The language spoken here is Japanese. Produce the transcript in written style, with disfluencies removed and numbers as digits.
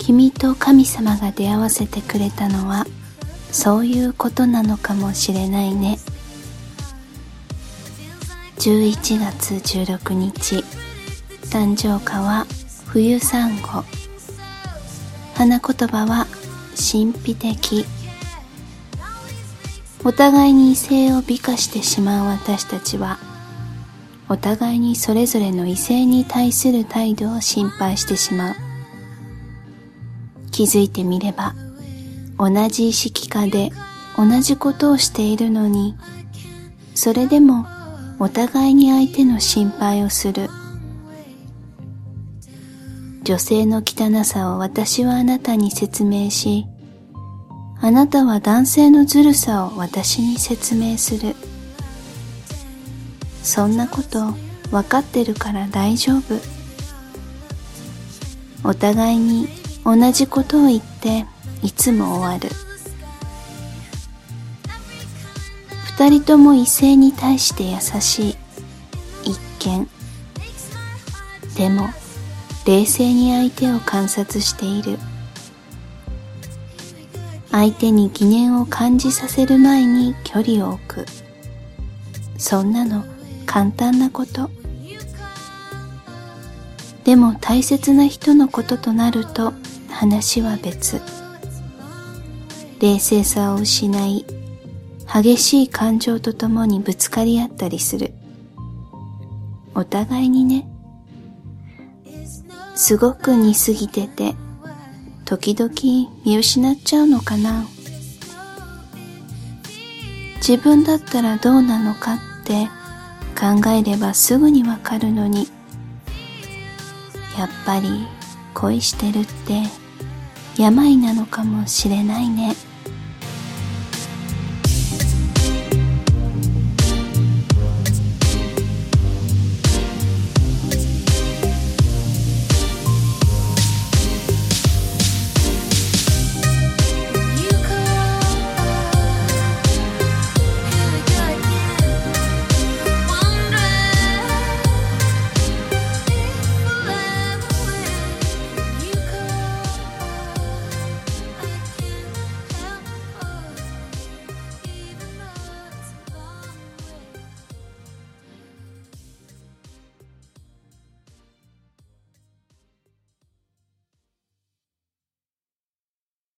君と神様が出会わせてくれたのはそういうことなのかもしれないね。11月16日、誕生花は冬サンゴ。花言葉は神秘的。お互いに異性を美化してしまう私たちは、お互いにそれぞれの異性に対する態度を心配してしまう。気づいてみれば、同じ意識下で同じことをしているのに、それでもお互いに相手の心配をする。女性の汚さを私はあなたに説明し、あなたは男性のずるさを私に説明する。そんなこと分かってるから大丈夫。お互いに同じことを言っていつも終わる。二人とも異性に対して優しい。一見。でも冷静に相手を観察している。相手に疑念を感じさせる前に距離を置く。そんなの簡単なこと。でも大切な人のこととなると話は別。冷静さを失い、激しい感情とともにぶつかり合ったりする。お互いにね。すごく似すぎてて、時々見失っちゃうのかな。自分だったらどうなのかって考えればすぐにわかるのに、やっぱり恋してるって病なのかもしれないね。